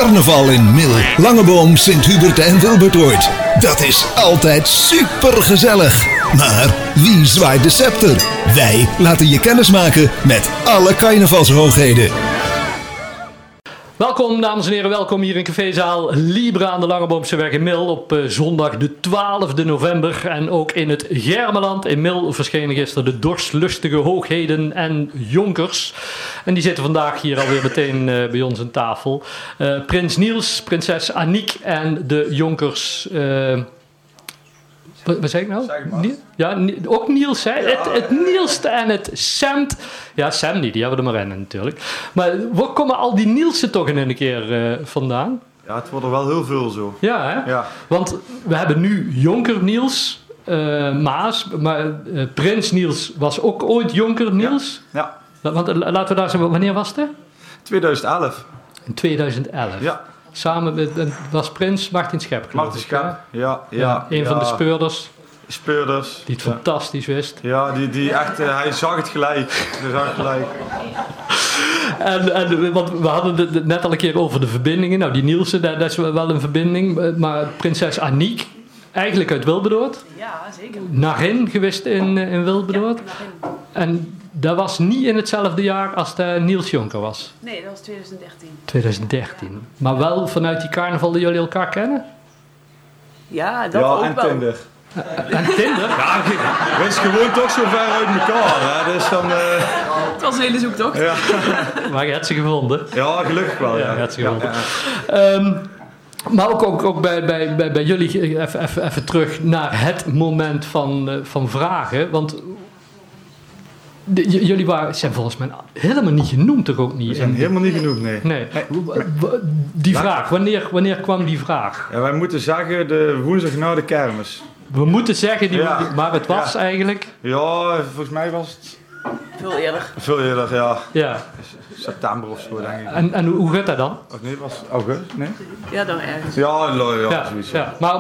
Carnaval in Mil, Langeboom, Sint-Hubert en Wilbertoord. Dat is altijd supergezellig. Maar wie zwaait de scepter? Wij laten je kennismaken met alle carnavalshoogheden. Welkom dames en heren, welkom hier in cafézaal Libra aan de Langeboomseweg in Mil op zondag de 12e november. En ook in het Germeland in Mil verschenen gisteren de dorstlustige hoogheden en jonkers. En die zitten vandaag hier alweer meteen bij ons aan tafel. Prins Niels, prinses Aniek en de jonkers... Wat zei ik nou? Ja, ook Niels, hè? Ja. Het Nielste en het Samt. Ja, Sam niet, die hebben we er maar in natuurlijk. Maar waar komen al die Nielsen toch in een keer vandaan? Ja, het wordt er wel heel veel zo. Ja, hè? Ja. Want we hebben nu Jonker Niels, Maas, maar Prins Niels was ook ooit Jonker Niels. Ja. Want laten we daar zeggen, wanneer was het? 2011. In 2011? Ja. Samen met, was Prins Martin Schep, geloof ik. Martin Schep, ja. Een van de speurders. Die het fantastisch wist. Ja, die echt, hij zag het gelijk. Want we hadden het net al een keer over de verbindingen. Nou, die Nielsen, dat is wel een verbinding. Maar prinses Aniek, eigenlijk uit Wilbertoord. Ja, zeker. Narin geweest in Wilbertoord. Ja, en dat was niet in hetzelfde jaar als de Niels Jonker was. Nee, dat was 2013. 2013. Maar wel vanuit die carnaval die jullie elkaar kennen? Ja, dat ook en wel. Tinder. En Tinder? Ja, we zijn gewoon toch zo ver uit elkaar. Hè? Dus dan, Het was een hele zoektocht. Ja. Maar je hebt ze gevonden. Ja, gelukkig wel. Ja, je hebt ze gevonden. Ja. Maar ook bij jullie even terug naar het moment van vragen. Want jullie zijn volgens mij helemaal niet genoemd, toch ook niet? We zijn helemaal niet genoemd, nee. Die vraag, wanneer kwam die vraag? Ja, wij moeten zeggen de woensdag na de kermis. We moeten zeggen, maar het was eigenlijk... Ja, volgens mij was het... Veel eerder, ja. Ja. September of zo, denk ik. En hoe gaat dat dan? Of nee, het was augustus, nee? Ja, dan ergens. Ja, zoiets. Ja. Maar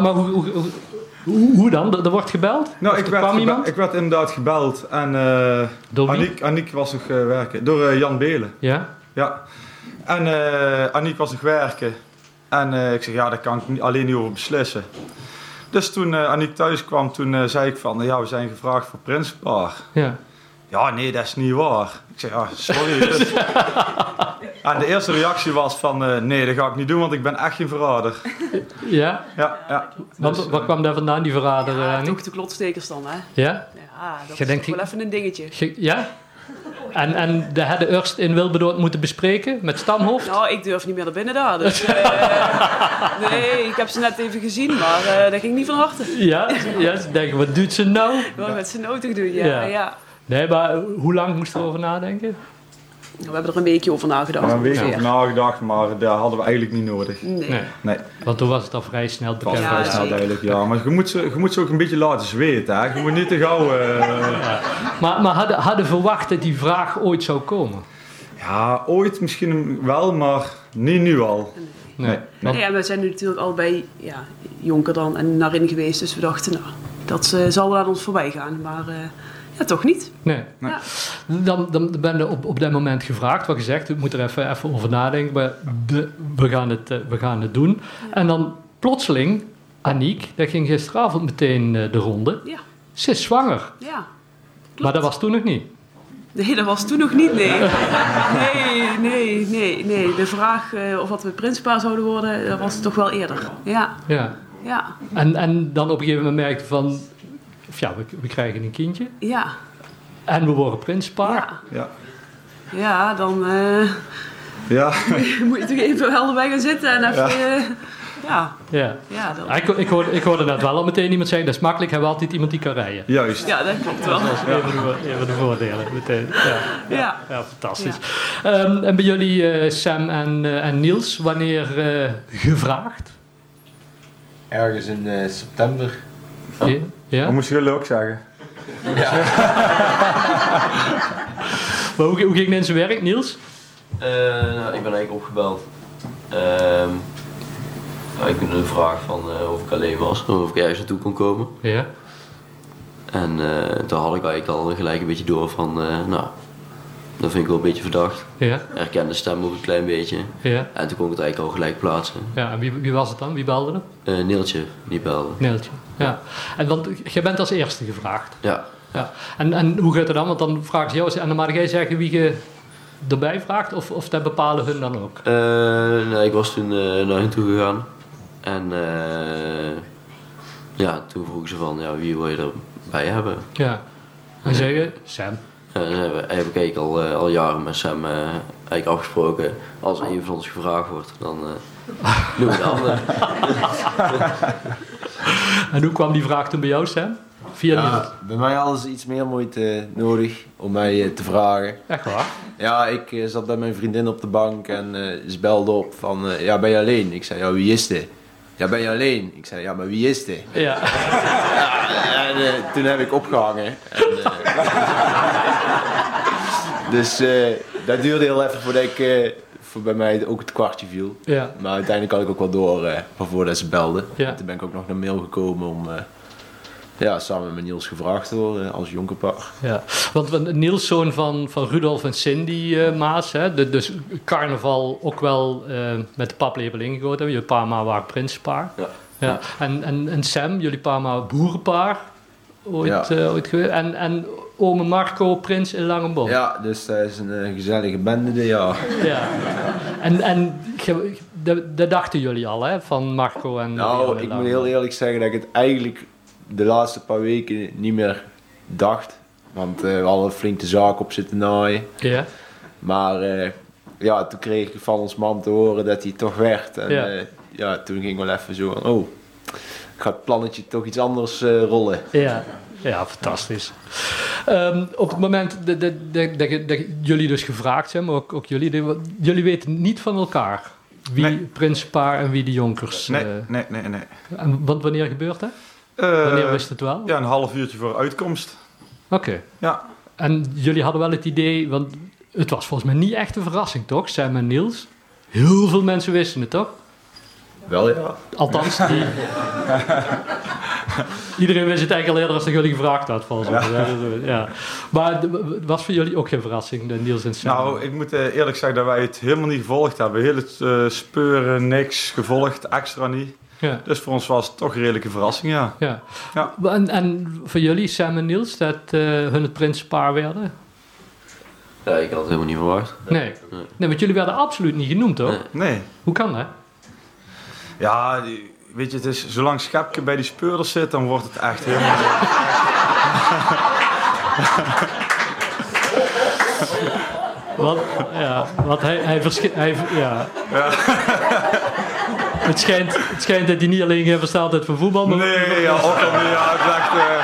hoe dan? Er wordt gebeld? Nou, ik werd inderdaad gebeld. En Aniek was nog werken. Door Jan Belen. Ja? Ja. En Aniek was nog werken. En ik zeg, ja, daar kan ik alleen niet over beslissen. Dus toen Aniek thuis kwam, toen zei ik van, ja, we zijn gevraagd voor Prinsenpaar. Ja. Ja, nee, dat is niet waar. Ik zeg, ja, sorry. En de eerste reactie was van, nee, dat ga ik niet doen, want ik ben echt geen verrader. Ja? Ja. Want dus, waar kwam daar vandaan, die verrader? Toch de klotstekers dan, hè? Ja? Ja, dat is wel even een dingetje. Ja? En de hadden eerst in Wilbertoord moeten bespreken met Stamhoofd? Nou, ik durf niet meer naar binnen daar. Dus, nee, ik heb ze net even gezien, maar dat ging niet van harte. Ja, ze denken, wat doet ze nou? Wat met ze nou toch doen, ja. Nee, maar hoe lang moest je erover nadenken? We hebben er een weekje over nagedacht. Een weekje over nagedacht, maar dat hadden we eigenlijk niet nodig. Nee. Want toen was het al vrij snel bekend. Vrij snel duidelijk, ja. Maar je moet ze ook een beetje laten zweten, hè. Je moet niet te gauw... Maar hadden verwacht dat die vraag ooit zou komen? Ja, ooit misschien wel, maar niet nu al. Nee. Ja, we zijn nu natuurlijk al bij Jonker dan en Narin geweest, dus we dachten, nou, dat zal wel aan ons voorbij gaan, maar... Ja, toch niet? Nee. Ja. Dan ben je op dat moment gevraagd, wat gezegd, we moeten er even over nadenken, maar we gaan het doen. Ja. En dan plotseling, Aniek, dat ging gisteravond meteen de ronde. Ja. Ze is zwanger. Ja, klopt. Maar dat was toen nog niet. Nee, dat was toen nog niet, nee. Nee. De vraag of wat we prinspaar zouden worden, dat was toch wel eerder. Ja. En dan op een gegeven moment merkte van... we krijgen een kindje. Ja. En we worden prinspaar. Ja, dan moet je toch even wel erbij gaan zitten en even... Ik hoorde net wel al meteen iemand zeggen, dat is makkelijk, hebben we altijd iemand die kan rijden. Juist. Ja, dat klopt wel. Dat was even de voordelen meteen. Ja, fantastisch. Ja. En bij jullie, Sam en Niels, wanneer gevraagd? Ergens in september. Ja? Dat moesten jullie ook zeggen. Ja. Maar hoe ging het in zijn werk, Niels? Ik ben eigenlijk opgebeld. Ik had een vraag van of ik alleen was, of ik ergens naartoe kon komen. Ja. En toen had ik eigenlijk al gelijk een beetje door van, dat vind ik wel een beetje verdacht. Ja. Herkende stem ook een klein beetje. Ja. En toen kon ik het eigenlijk al gelijk plaatsen. Ja, en wie was het dan? Wie belde er? Neeltje, die belde. Neeltje. Ja. En want jij bent als eerste gevraagd. Ja. Ja. En hoe gaat het dan? Want dan vragen ze jou en dan mag jij zeggen wie je erbij vraagt of dat bepalen hun dan ook? Nee, ik was toen naar hen toe gegaan. En toen vroegen ze van, ja, wie wil je erbij hebben? Ja. En zei je, Sam. Heb ik eigenlijk al jaren met Sam eigenlijk afgesproken. Als een van ons gevraagd wordt, dan doen we de ander. En hoe kwam die vraag toen bij jou, Sam? Via Niels? Bij mij hadden ze iets meer moeite nodig om mij te vragen. Echt waar? Ja, ik zat bij mijn vriendin op de bank en ze belde op van, ja, ben je alleen? Ik zei, ja, wie is dit? Ja, ben je alleen? Ik zei, ja, maar wie is dit? Ja. En toen heb ik opgehangen. En, dus dat duurde heel even voordat bij mij ook het kwartje viel. Ja. Maar uiteindelijk had ik ook wel door voordat ze belden. Ja. En toen ben ik ook nog naar mail gekomen om samen met Niels gevraagd te worden als jonkerpaar. Ja, want Niels, zoon van Rudolf en Cindy Maas, hè, dus carnaval ook wel met de paplepel ingegoten. Jullie paar maal waren prinspaar. Ja. Ja. En Sam, jullie paar maal boerenpaar ooit geweest. En ome Marco, prins in Langenboom. Ja, dus dat is een gezellige bende dit jaar. Ja. En dat dachten jullie al, hè, van Marco en Nou, ik moet heel eerlijk zeggen dat ik het eigenlijk de laatste paar weken niet meer dacht. Want we hadden flink de zaak op zitten naaien. Ja. Maar toen kreeg ik van ons man te horen dat hij toch werd. En toen ging wel even zo van, oh, gaat het plannetje toch iets anders rollen. Ja. Ja, fantastisch. Op het moment dat jullie dus gevraagd zijn, maar ook jullie weten niet van elkaar wie prinspaar en wie de jonkers... Nee. Want wanneer gebeurt dat? Wanneer wist het wel? Ja, een half uurtje voor uitkomst. Oké. Ja. En jullie hadden wel het idee, want het was volgens mij niet echt een verrassing, toch? Sam en Niels. Heel veel mensen wisten het, toch? Wel ja. Althans, iedereen wist het eigenlijk al eerder als dat jullie gevraagd had, volgens mij. Ja. Maar het was voor jullie ook geen verrassing, de Niels en Sam? Nou, ik moet eerlijk zeggen dat wij het helemaal niet gevolgd hebben. Heel het speuren, niks gevolgd, extra niet. Ja. Dus voor ons was het toch een redelijke verrassing, ja. Ja. Ja. En voor jullie, Sam en Niels, dat hun het prinspaar werden? Ja, ik had het helemaal niet verwacht. Nee, want jullie werden absoluut niet genoemd, hoor. Nee. Hoe kan dat? Ja, weet je, het is, zolang Schepke bij die speurders zit, dan wordt het echt helemaal... Want hij Het schijnt dat hij niet alleen geen verstand heeft van voetbal, maar... Nee, ja, ook al niet, ja, het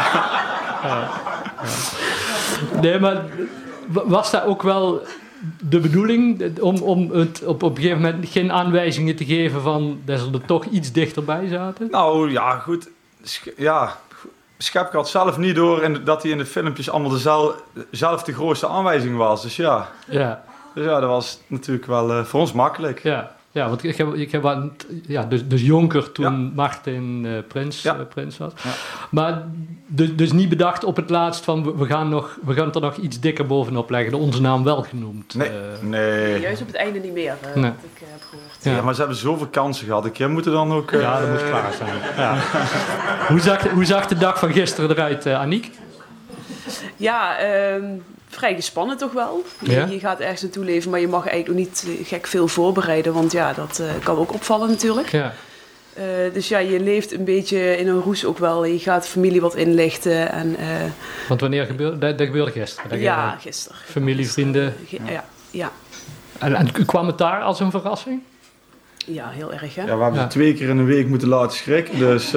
lijkt... Nee, maar was dat ook wel de bedoeling om het op een gegeven moment geen aanwijzingen te geven van dat ze er toch iets dichterbij zaten? Nou, ja, goed. Schepke had zelf niet door dat hij in de filmpjes allemaal zelf de grootste aanwijzing was. Dus ja. Ja. Dus ja, dat was natuurlijk wel voor ons makkelijk. Ja, want ik heb dus jonker toen Martin Prins was. Ja. Maar dus niet bedacht op het laatst van we gaan er nog iets dikker bovenop leggen. Onze naam wel genoemd. Nee. Juist op het einde niet meer, wat ik heb gehoord. Ja, maar ze hebben zoveel kansen gehad. Ik moet er dan ook... Ja, dat moet klaar zijn. Ja. Hoe zag de dag van gisteren eruit, Aniek? Ja, vrij gespannen toch wel. Ja? Je gaat ergens naartoe leven, maar je mag eigenlijk ook niet gek veel voorbereiden. Want ja, dat kan ook opvallen natuurlijk. Ja. Dus ja, je leeft een beetje in een roes ook wel. Je gaat familie wat inlichten. En, want wanneer gebeurde dat? Gebeurde gisteren? Ja, gisteren. Familie, vrienden? Ja. En kwam het daar als een verrassing? Ja, heel erg hè. Ja, we hebben ze 2 keer in een week moeten laten schrikken, dus...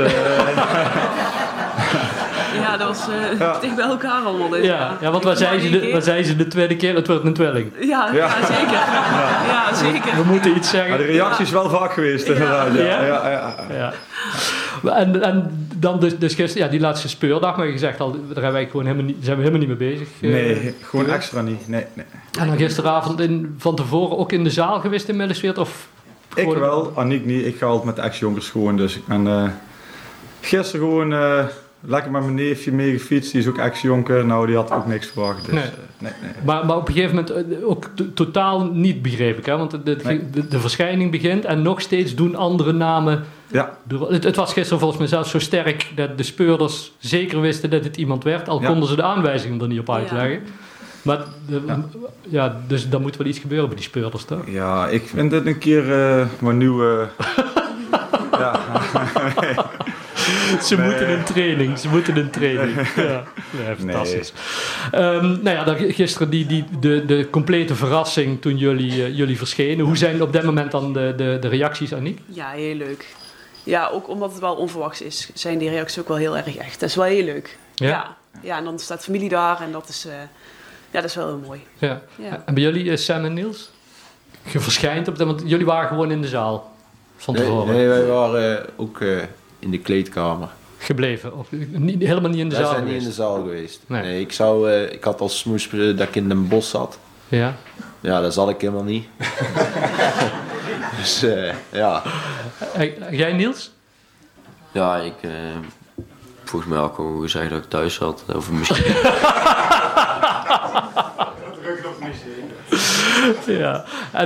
Ja, dat was dicht bij elkaar allemaal. Dus, ja, want waar zei ze de tweede keer? Het wordt een tweeling. Ja, zeker. Ja, zeker. We moeten iets zeggen. Maar de reactie is wel vaak geweest, inderdaad. Ja. En dan dus gisteren, die laatste speurdag, maar je gezegd al, daar zijn we helemaal niet mee bezig. Nee, gewoon extra niet. Nee. En dan gisteravond van tevoren ook in de zaal geweest in Mellesweert? Of ik wel, Aniek niet. Ik ga altijd met de ex-jonkers gewoon, dus ik ben gisteren gewoon lekker met mijn neefje meegefietst. Die is ook ex-jonker. Nou, die had ook niks verwacht. Dus, nee. Maar op een gegeven moment ook totaal niet, begreep ik. Hè? Want de verschijning begint en nog steeds doen andere namen... Ja. Het was gisteren volgens mij zelfs zo sterk dat de speurders zeker wisten dat het iemand werd. Al konden ze de aanwijzingen er niet op uitleggen. Maar dus dan moet wel iets gebeuren bij die speurders, toch? Ja, ik vind dit een keer mijn nieuwe... Ze moeten in training. Ja, fantastisch. Nee. Dan gisteren de complete verrassing toen jullie verschenen. Hoe zijn op dat moment dan de reacties, Aniek? Ja, heel leuk. Ja, ook omdat het wel onverwachts is, zijn die reacties ook wel heel erg echt. Dat is wel heel leuk. Ja, en dan staat familie daar en dat is wel heel mooi. Ja. En bij jullie, Sam en Niels? Je verschijnt want jullie waren gewoon in de zaal van tevoren. Nee, wij waren ook in de kleedkamer. Gebleven? Of helemaal niet in de zaal geweest? Wij zijn niet in de zaal geweest. Nee, ik had als smoes dat ik in Den Bosch zat. Ja? Ja, dat zat ik helemaal niet. Dus ja. Jij, Niels? Ja, ik... volgens mij ook al gezegd dat ik thuis zat. Of misschien... Ja, en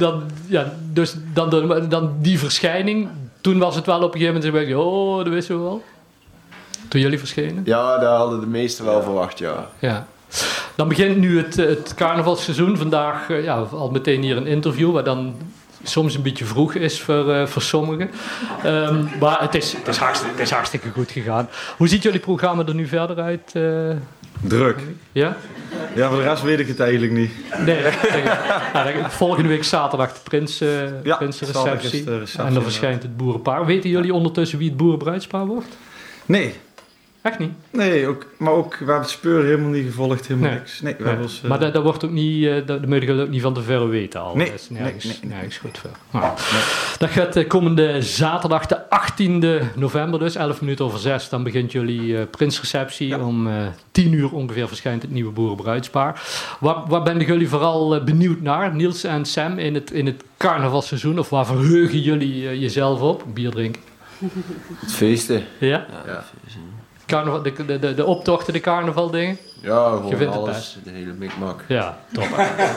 dan die verschijning. Toen was het wel op een gegeven moment, dat wisten we wel. Toen jullie verschenen. Ja, daar hadden de meesten wel verwacht, ja. Dan begint nu het carnavalseizoen. Vandaag al meteen hier een interview, waar dan soms een beetje vroeg is voor sommigen. Maar het is hartstikke goed gegaan. Hoe ziet jullie programma er nu verder uit? Druk. Ja? Ja, voor de rest weet ik het eigenlijk niet. Nee, volgende week zaterdag de Prinsenreceptie. En dan verschijnt het boerenpaar. Weten jullie ondertussen wie het boerenbruidspaar wordt? Nee. Echt niet? Nee, we hebben het speur helemaal niet gevolgd, helemaal niks. Nee. Maar dat wordt ook niet, dat moet je ook niet van tevoren weten al. Nee, nergens goed voor. Nou, dat gaat komende zaterdag de 18e november dus, 6:11. Dan begint jullie Prinsreceptie. Ja. Om 10:00 ongeveer verschijnt het nieuwe boerenbruidspaar. Waar ben jullie vooral benieuwd naar, Niels en Sam, in het carnavalseizoen? Of waar verheugen jullie jezelf op? Bier drinken. Het feesten. Ja? Ja. Carnaval, de optochten, de carnavaldingen? Ja, gewoon alles, de hele mikmak. Ja, top.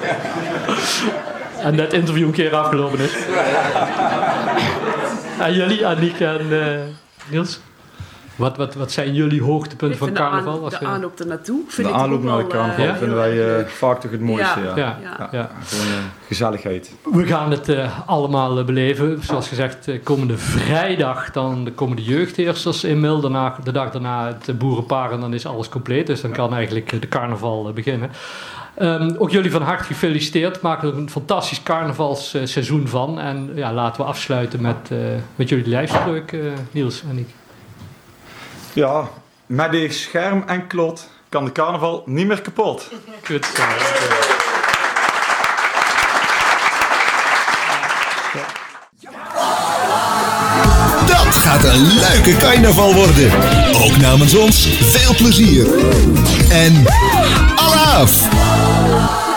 En dat interview een keer afgelopen is. En jullie, Aniek en Niels? Wat zijn jullie hoogtepunten van carnaval? De aanloop ernaartoe. De aanloop naar de carnaval vinden wij vaak toch het mooiste. Ja. Gewoon gezelligheid. We gaan het allemaal beleven. Zoals gezegd, komende vrijdag dan komen de jeugdheersers in Mil. De dag daarna het boerenpaar en dan is alles compleet. Dus dan kan eigenlijk de carnaval beginnen. Ook jullie van harte gefeliciteerd. Maak er een fantastisch carnavalsseizoen van. En laten we afsluiten met jullie lijfspreuk, Niels en Aniek. Ja, met die scherm en klot kan de carnaval niet meer kapot. Goed zo. Dat gaat een leuke carnaval worden. Ook namens ons veel plezier. En Allah af!